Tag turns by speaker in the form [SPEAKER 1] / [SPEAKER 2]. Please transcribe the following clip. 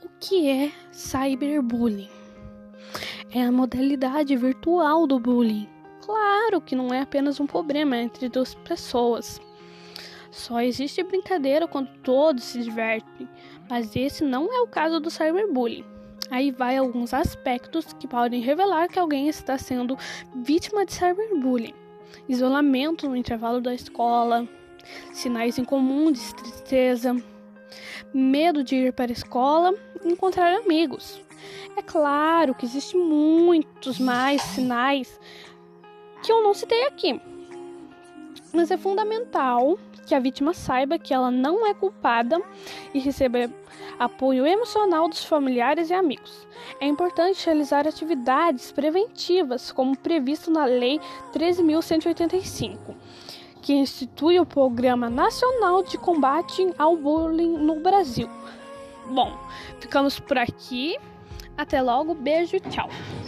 [SPEAKER 1] O que é cyberbullying? É a modalidade virtual do bullying. Claro que não é apenas um problema entre duas pessoas. Só existe brincadeira quando todos se divertem, mas esse não é o caso do cyberbullying. Aí vai alguns aspectos que podem revelar que alguém está sendo vítima de cyberbullying. Isolamento no intervalo da escola, sinais incomuns de tristeza, medo de ir para a escola e encontrar amigos. É claro que existem muitos mais sinais que eu não citei aqui, mas é fundamental que a vítima saiba que ela não é culpada e receba apoio emocional dos familiares e amigos. É importante realizar atividades preventivas, como previsto na Lei 13.185, que institui o Programa Nacional de Combate ao Bullying no Brasil. Bom, ficamos por aqui. Até logo, beijo e tchau.